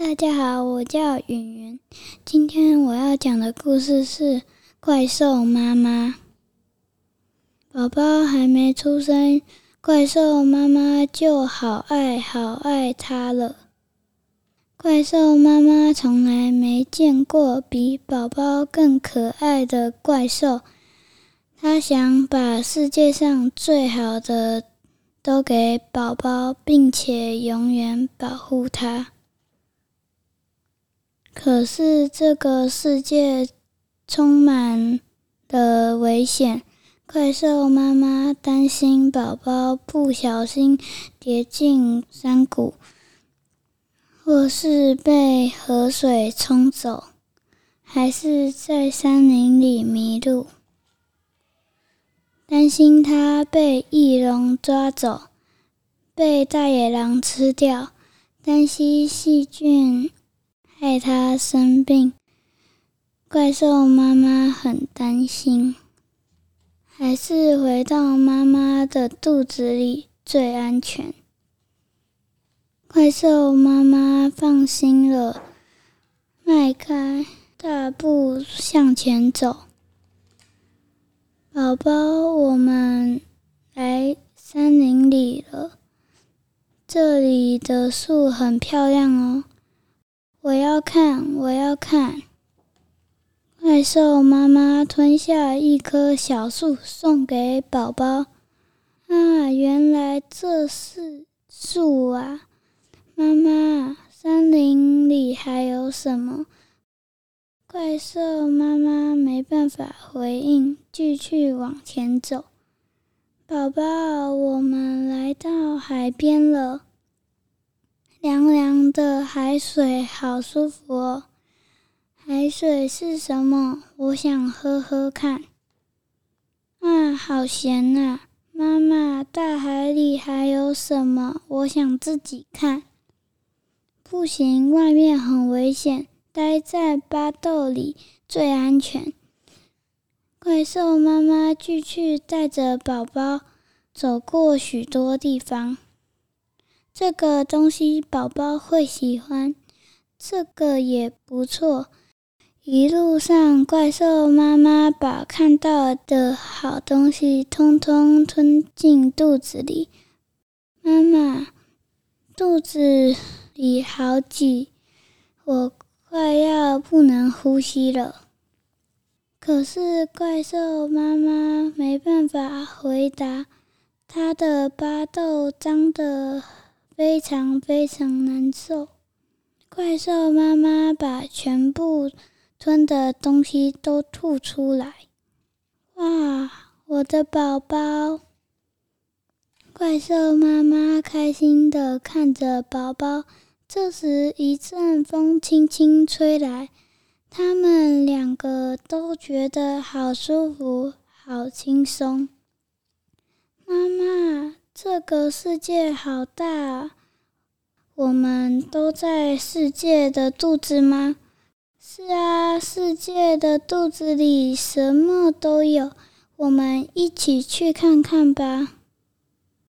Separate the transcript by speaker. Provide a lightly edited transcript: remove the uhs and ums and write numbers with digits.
Speaker 1: 大家好，我叫允云。今天我要讲的故事是怪兽妈妈。宝宝还没出生，怪兽妈妈就好爱它了。怪兽妈妈从来没见过比宝宝更可爱的怪兽，她想把世界上最好的都给宝宝，并且永远保护它。可是这个世界充满了危险，怪兽妈妈担心宝宝不小心跌进山谷，或是被河水冲走，还是在山林里迷路。担心它被翼龙抓走，被大野狼吃掉，担心细菌害它生病。怪兽妈妈很担心，还是回到妈妈的肚子里最安全。怪兽妈妈放心了，迈开大步向前走。宝宝，我们来山林里了，这里的树很漂亮哦。我要看。怪兽妈妈吞下一棵小树送给宝宝。原来这是树啊！妈妈，山林里还有什么？怪兽妈妈没办法回应，继续往前走。宝宝，我们来到海边了，凉凉的海水好舒服哦。海水是什么？我想喝喝看。好咸啊！妈妈，大海里还有什么？我想自己看。不行，外面很危险，待在巴豆里最安全。怪兽妈妈继续带着宝宝走过许多地方。这个东西宝宝会喜欢，这个也不错。一路上，怪兽妈妈把看到的好东西通通吞进肚子里。妈妈，肚子里好挤，我快要不能呼吸了。可是怪兽妈妈没办法回答，她的巴豆脏得非常非常难受。怪兽妈妈把全部吞的东西都吐出来。哇，我的宝宝！怪兽妈妈开心地看着宝宝。这时一阵风轻轻吹来，他们两个都觉得好舒服，好轻松。妈妈，这个世界好大啊！我们都在世界的肚子吗？是啊，世界的肚子里什么都有，我们一起去看看吧。